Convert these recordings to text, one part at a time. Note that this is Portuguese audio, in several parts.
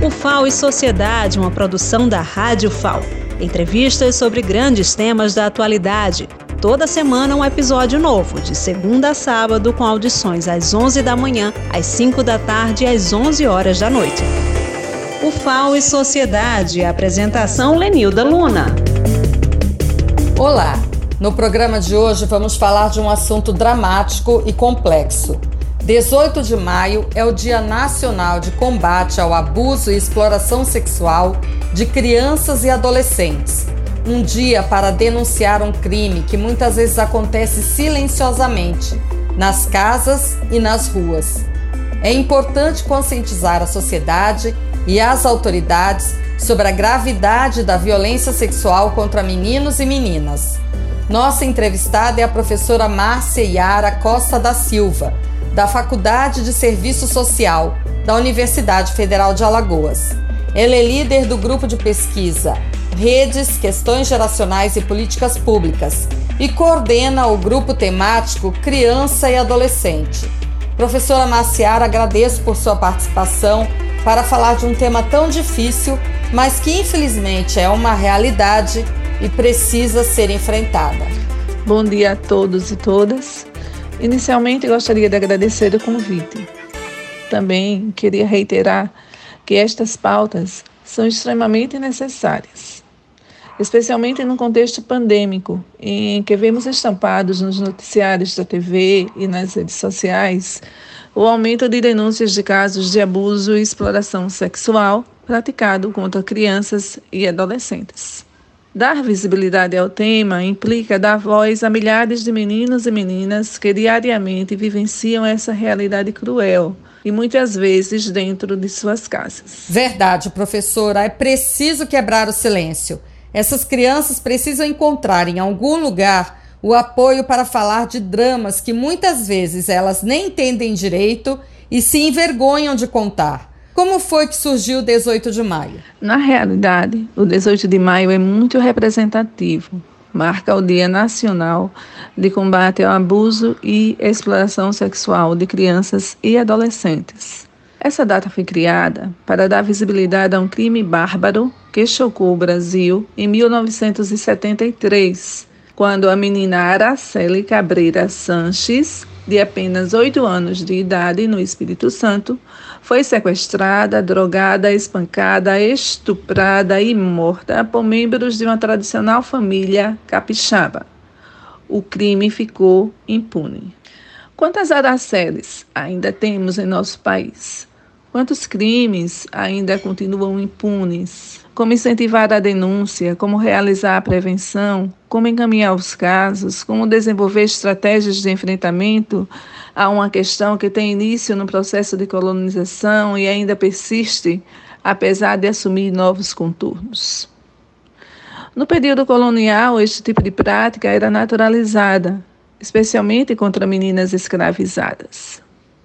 O FAO e Sociedade, uma produção da Rádio FAO. Entrevistas sobre grandes temas da atualidade. Toda semana um episódio novo, de segunda a sábado, com audições às 11 da manhã, às 5 da tarde e às 11 horas da noite. O FAO e Sociedade, apresentação Lenilda Luna. Olá! No programa de hoje vamos falar de um assunto dramático e complexo. 18 de maio é o Dia Nacional de Combate ao Abuso e Exploração Sexual de Crianças e Adolescentes. Um dia para denunciar um crime que muitas vezes acontece silenciosamente, nas casas e nas ruas. É importante conscientizar a sociedade e as autoridades sobre a gravidade da violência sexual contra meninos e meninas. Nossa entrevistada é a professora Márcia Yara Costa da Silva, da Faculdade de Serviço Social, da Universidade Federal de Alagoas. Ela é líder do grupo de pesquisa Redes, Questões Geracionais e Políticas Públicas e coordena o grupo temático Criança e Adolescente. Professora Márcia Yara, agradeço por sua participação para falar de um tema tão difícil, mas que infelizmente é uma realidade e precisa ser enfrentada. Bom dia a todos e todas. Inicialmente, gostaria de agradecer o convite. Também queria reiterar que estas pautas são extremamente necessárias, especialmente no contexto pandêmico, em que vemos estampados nos noticiários da TV e nas redes sociais o aumento de denúncias de casos de abuso e exploração sexual praticado contra crianças e adolescentes. Dar visibilidade ao tema implica dar voz a milhares de meninos e meninas que diariamente vivenciam essa realidade cruel e muitas vezes dentro de suas casas. Verdade, professora. É preciso quebrar o silêncio. Essas crianças precisam encontrar em algum lugar o apoio para falar de dramas que muitas vezes elas nem entendem direito e se envergonham de contar. Como foi que surgiu o 18 de maio? Na realidade, o 18 de maio é muito representativo. Marca o Dia Nacional de Combate ao Abuso e Exploração Sexual de Crianças e Adolescentes. Essa data foi criada para dar visibilidade a um crime bárbaro que chocou o Brasil em 1973, quando a menina Araceli Cabreira Sanches, de apenas 8 anos de idade, no Espírito Santo, foi sequestrada, drogada, espancada, estuprada e morta por membros de uma tradicional família capixaba. O crime ficou impune. Quantas Araceles ainda temos em nosso país? Quantos crimes ainda continuam impunes? Como incentivar a denúncia, como realizar a prevenção, como encaminhar os casos, como desenvolver estratégias de enfrentamento a uma questão que tem início no processo de colonização e ainda persiste, apesar de assumir novos contornos. No período colonial, este tipo de prática era naturalizada, especialmente contra meninas escravizadas.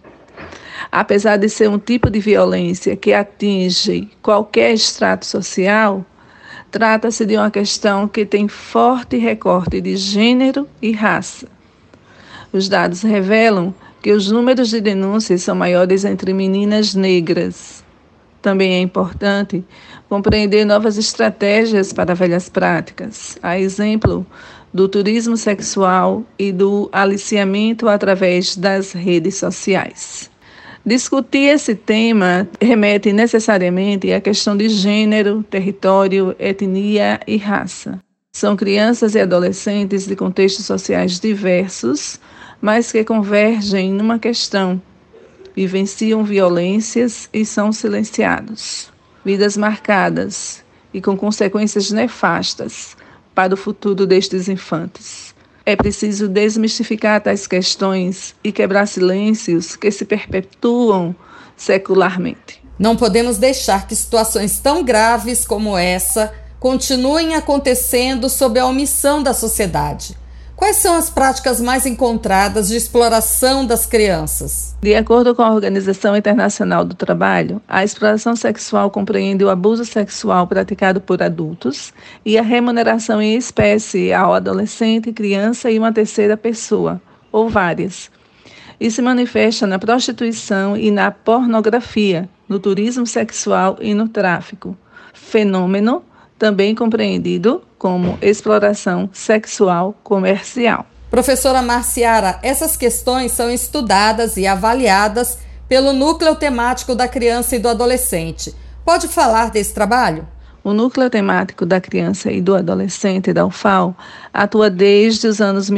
Apesar de ser um tipo de violência que atinge qualquer estrato social, trata-se de uma questão que tem forte recorte de gênero e raça. Os dados revelam que os números de denúncias são maiores entre meninas negras. Também é importante compreender novas estratégias para velhas práticas, a exemplo do turismo sexual e do aliciamento através das redes sociais. Discutir esse tema remete necessariamente à questão de gênero, território, etnia e raça. São crianças e adolescentes de contextos sociais diversos, mas que convergem numa questão: vivenciam violências e são silenciados. Vidas marcadas e com consequências nefastas para o futuro destes infantes. É preciso desmistificar tais questões e quebrar silêncios que se perpetuam secularmente. Não podemos deixar que situações tão graves como essa continuem acontecendo sob a omissão da sociedade. Quais são as práticas mais encontradas de exploração das crianças? De acordo com a Organização Internacional do Trabalho, a exploração sexual compreende o abuso sexual praticado por adultos e a remuneração em espécie ao adolescente, criança e uma terceira pessoa, ou várias. E se manifesta na prostituição e na pornografia, no turismo sexual e no tráfico, fenômeno também compreendido como exploração sexual comercial. Professora Marciara, essas questões são estudadas e avaliadas pelo Núcleo Temático da Criança e do Adolescente. Pode falar desse trabalho? O Núcleo Temático da Criança e do Adolescente da UFAL atua desde os anos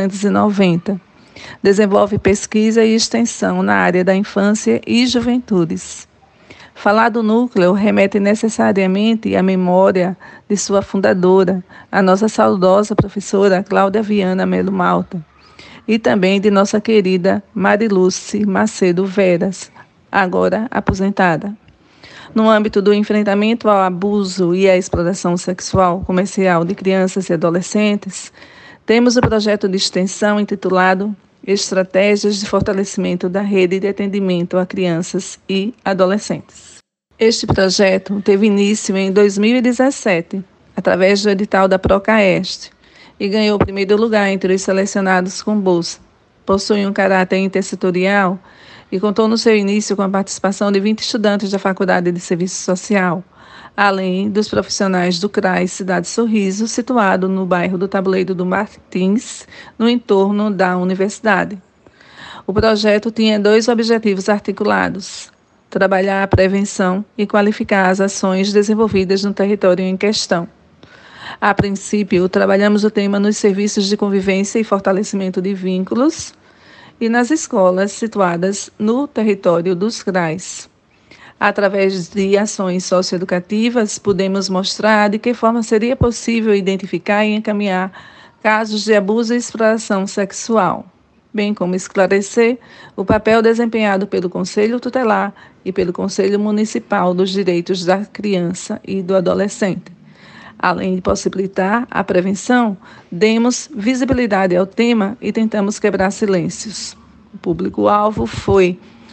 1990. Desenvolve pesquisa e extensão na área da infância e juventudes. Falar do núcleo remete necessariamente à memória de sua fundadora, a nossa saudosa professora Cláudia Viana Melo Malta, e também de nossa querida Mariluce Macedo Veras, agora aposentada. No âmbito do enfrentamento ao abuso e à exploração sexual comercial de crianças e adolescentes, temos o projeto de extensão intitulado Estratégias de Fortalecimento da Rede de Atendimento a Crianças e Adolescentes. Este projeto teve início em 2017, através do edital da Procaeste, e ganhou o primeiro lugar entre os selecionados com bolsa. Possui um caráter intersetorial e contou no seu início com a participação de 20 estudantes da Faculdade de Serviço Social, além dos profissionais do CRAS Cidade Sorriso, situado no bairro do Tabuleiro do Martins, no entorno da universidade. O projeto tinha 2 objetivos articulados: trabalhar a prevenção e qualificar as ações desenvolvidas no território em questão. A princípio, trabalhamos o tema nos serviços de convivência e fortalecimento de vínculos e nas escolas situadas no território dos CRAs. Através de ações socioeducativas, podemos mostrar de que forma seria possível identificar e encaminhar casos de abuso e exploração sexual, bem como esclarecer o papel desempenhado pelo Conselho Tutelar e pelo Conselho Municipal dos Direitos da Criança e do Adolescente. Além de possibilitar a prevenção, demos visibilidade ao tema e tentamos quebrar silêncios. O público-alvo foi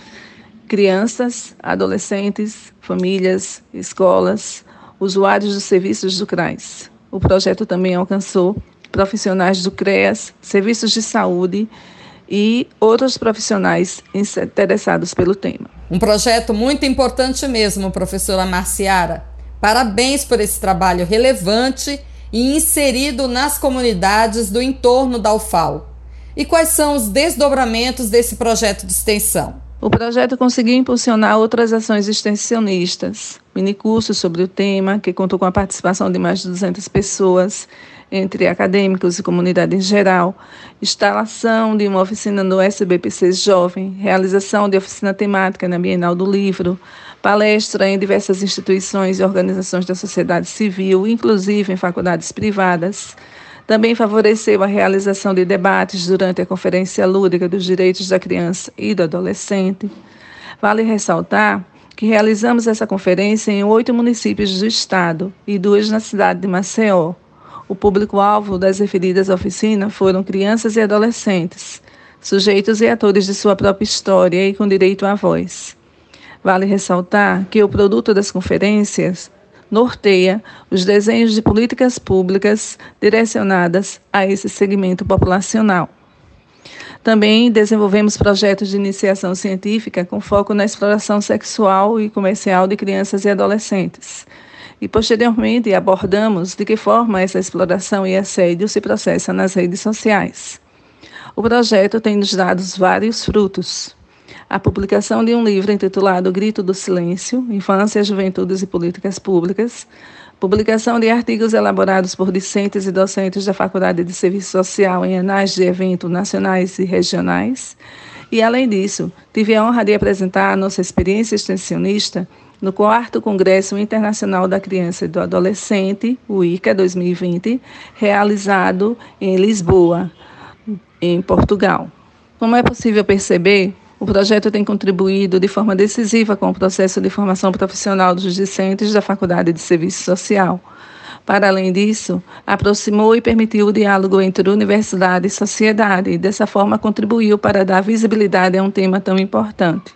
crianças, adolescentes, famílias, escolas, usuários dos serviços do CRAS. O projeto também alcançou profissionais do CREAS, serviços de saúde e outros profissionais interessados pelo tema. Um projeto muito importante mesmo, professora Marciara. Parabéns por esse trabalho relevante e inserido nas comunidades do entorno da UFAL. E quais são os desdobramentos desse projeto de extensão? O projeto conseguiu impulsionar outras ações extensionistas, minicursos sobre o tema, que contou com a participação de mais de 200 pessoas, entre acadêmicos e comunidade em geral, instalação de uma oficina no SBPC Jovem, realização de oficina temática na Bienal do Livro, palestra em diversas instituições e organizações da sociedade civil, inclusive em faculdades privadas. Também favoreceu a realização de debates durante a Conferência Lúdica dos Direitos da Criança e do Adolescente. Vale ressaltar que realizamos essa conferência em 8 municípios do estado e 2 na cidade de Maceió. O público-alvo das referidas oficinas foram crianças e adolescentes, sujeitos e atores de sua própria história e com direito à voz. Vale ressaltar que o produto das conferências norteia os desenhos de políticas públicas direcionadas a esse segmento populacional. Também desenvolvemos projetos de iniciação científica com foco na exploração sexual e comercial de crianças e adolescentes. E, posteriormente, abordamos de que forma essa exploração e assédio se processa nas redes sociais. O projeto tem nos dado vários frutos. A publicação de um livro intitulado Grito do Silêncio, Infância, Juventudes e Políticas Públicas, publicação de artigos elaborados por discentes e docentes da Faculdade de Serviço Social em anais de eventos nacionais e regionais, e, além disso, tive a honra de apresentar a nossa experiência extensionista no 4º Congresso Internacional da Criança e do Adolescente, o ICA 2020, realizado em Lisboa, em Portugal. Como é possível perceber, o projeto tem contribuído de forma decisiva com o processo de formação profissional dos discentes da Faculdade de Serviço Social. Para além disso, aproximou e permitiu o diálogo entre universidade e sociedade e, dessa forma, contribuiu para dar visibilidade a um tema tão importante.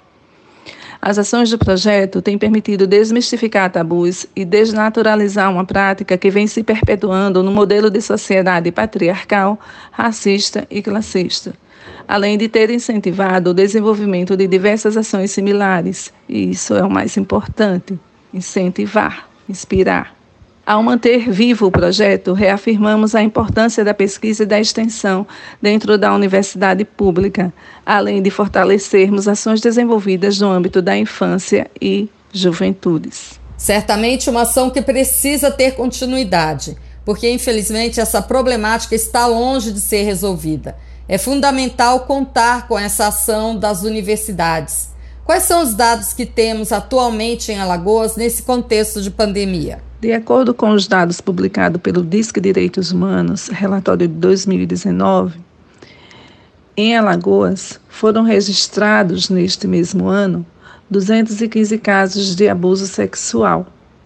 As ações do projeto têm permitido desmistificar tabus e desnaturalizar uma prática que vem se perpetuando no modelo de sociedade patriarcal, racista e classista. além de ter incentivado o desenvolvimento de diversas ações similares. E isso é o mais importante: incentivar, inspirar. Ao manter vivo o projeto, reafirmamos a importância da pesquisa e da extensão dentro da universidade pública, além de fortalecermos ações desenvolvidas no âmbito da infância e juventudes. Certamente uma ação que precisa ter continuidade, porque infelizmente essa problemática está longe de ser resolvida. É fundamental contar com essa ação das universidades. Quais são os dados que temos atualmente em Alagoas nesse contexto de pandemia? De acordo com os dados publicados pelo Disque Direitos Humanos, relatório de 2019, em Alagoas foram registrados neste mesmo ano 215 casos de abuso sexual.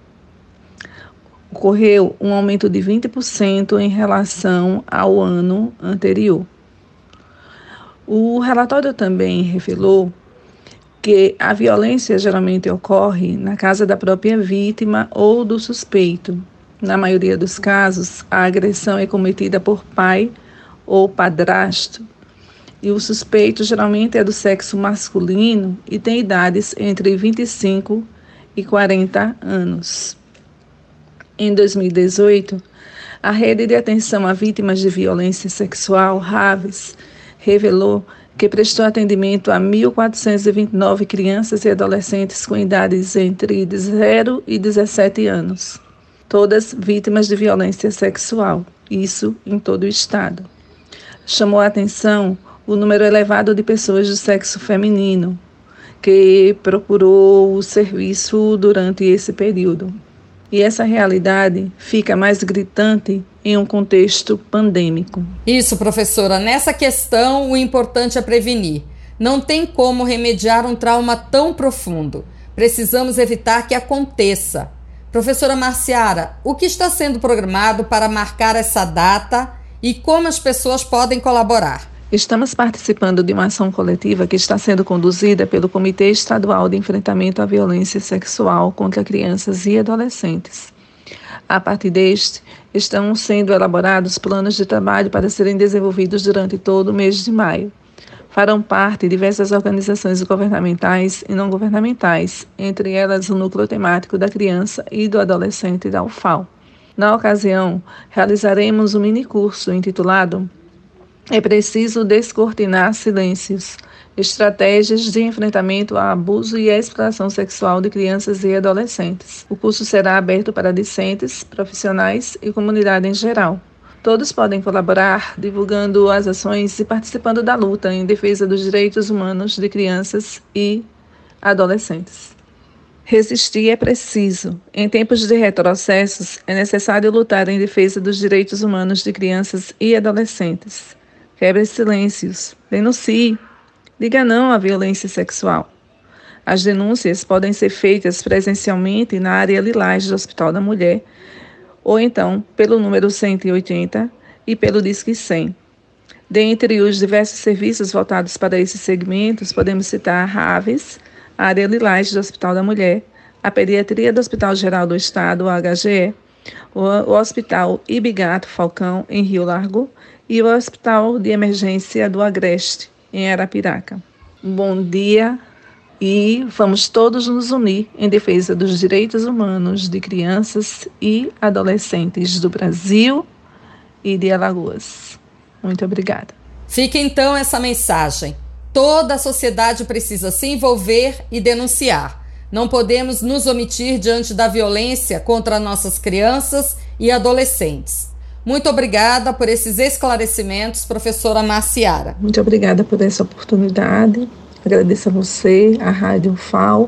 Ocorreu um aumento de 20% em relação ao ano anterior. O relatório também revelou que a violência geralmente ocorre na casa da própria vítima ou do suspeito. Na maioria dos casos, a agressão é cometida por pai ou padrasto, e o suspeito geralmente é do sexo masculino e tem idades entre 25 e 40 anos. Em 2018, a Rede de Atenção a Vítimas de Violência Sexual, RAVES, revelou que prestou atendimento a 1.429 crianças e adolescentes com idades entre 0 e 17 anos, todas vítimas de violência sexual, isso em todo o estado. Chamou a atenção o número elevado de pessoas do sexo feminino que procurou o serviço durante esse período. E essa realidade fica mais gritante em um contexto pandêmico. Isso, professora. Nessa questão, o importante é prevenir. Não tem como remediar um trauma tão profundo. Precisamos evitar que aconteça. Professora Marciara, o que está sendo programado para marcar essa data e como as pessoas podem colaborar? Estamos participando de uma ação coletiva que está sendo conduzida pelo Comitê Estadual de Enfrentamento à Violência Sexual contra Crianças e Adolescentes. A partir deste, estão sendo elaborados planos de trabalho para serem desenvolvidos durante todo o mês de maio. Farão parte diversas organizações governamentais e não governamentais, entre elas o Núcleo Temático da Criança e do Adolescente da UFAL. Na ocasião, realizaremos um minicurso intitulado "É preciso descortinar silêncios. Estratégias de enfrentamento ao abuso e à exploração sexual de crianças e adolescentes". O curso será aberto para discentes, profissionais e comunidade em geral. Todos podem colaborar divulgando as ações e participando da luta em defesa dos direitos humanos de crianças e adolescentes. Resistir é preciso. Em tempos de retrocessos, é necessário lutar em defesa dos direitos humanos de crianças e adolescentes. Quebre silêncios, denuncie, diga não à violência sexual. As denúncias podem ser feitas presencialmente na área Lilás do Hospital da Mulher, ou então pelo número 180 e pelo Disque 100. Dentre os diversos serviços voltados para esses segmentos, podemos citar a RAVES, a área Lilás do Hospital da Mulher, a Pediatria do Hospital Geral do Estado, o HGE, o Hospital Ibigato Falcão, em Rio Largo, e o Hospital de Emergência do Agreste, em Arapiraca. Bom dia e vamos todos nos unir em defesa dos direitos humanos de crianças e adolescentes do Brasil e de Alagoas. Muito obrigada. Fica então essa mensagem. Toda a sociedade precisa se envolver e denunciar. Não podemos nos omitir diante da violência contra nossas crianças e adolescentes. Muito obrigada por esses esclarecimentos, professora Marciara. Muito obrigada por essa oportunidade. Agradeço a você, a Rádio UFAL.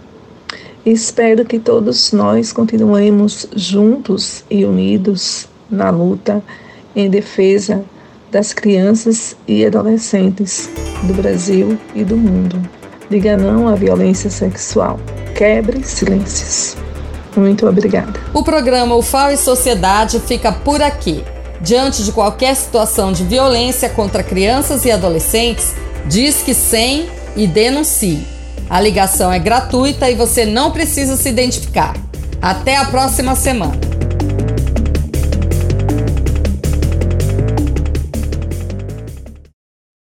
E espero que todos nós continuemos juntos e unidos na luta em defesa das crianças e adolescentes do Brasil e do mundo. Diga não à violência sexual. Quebre silêncios. Muito obrigada. O programa UFAL e Sociedade fica por aqui. Diante de qualquer situação de violência contra crianças e adolescentes, Disque 100 e denuncie. A ligação é gratuita e você não precisa se identificar. Até a próxima semana.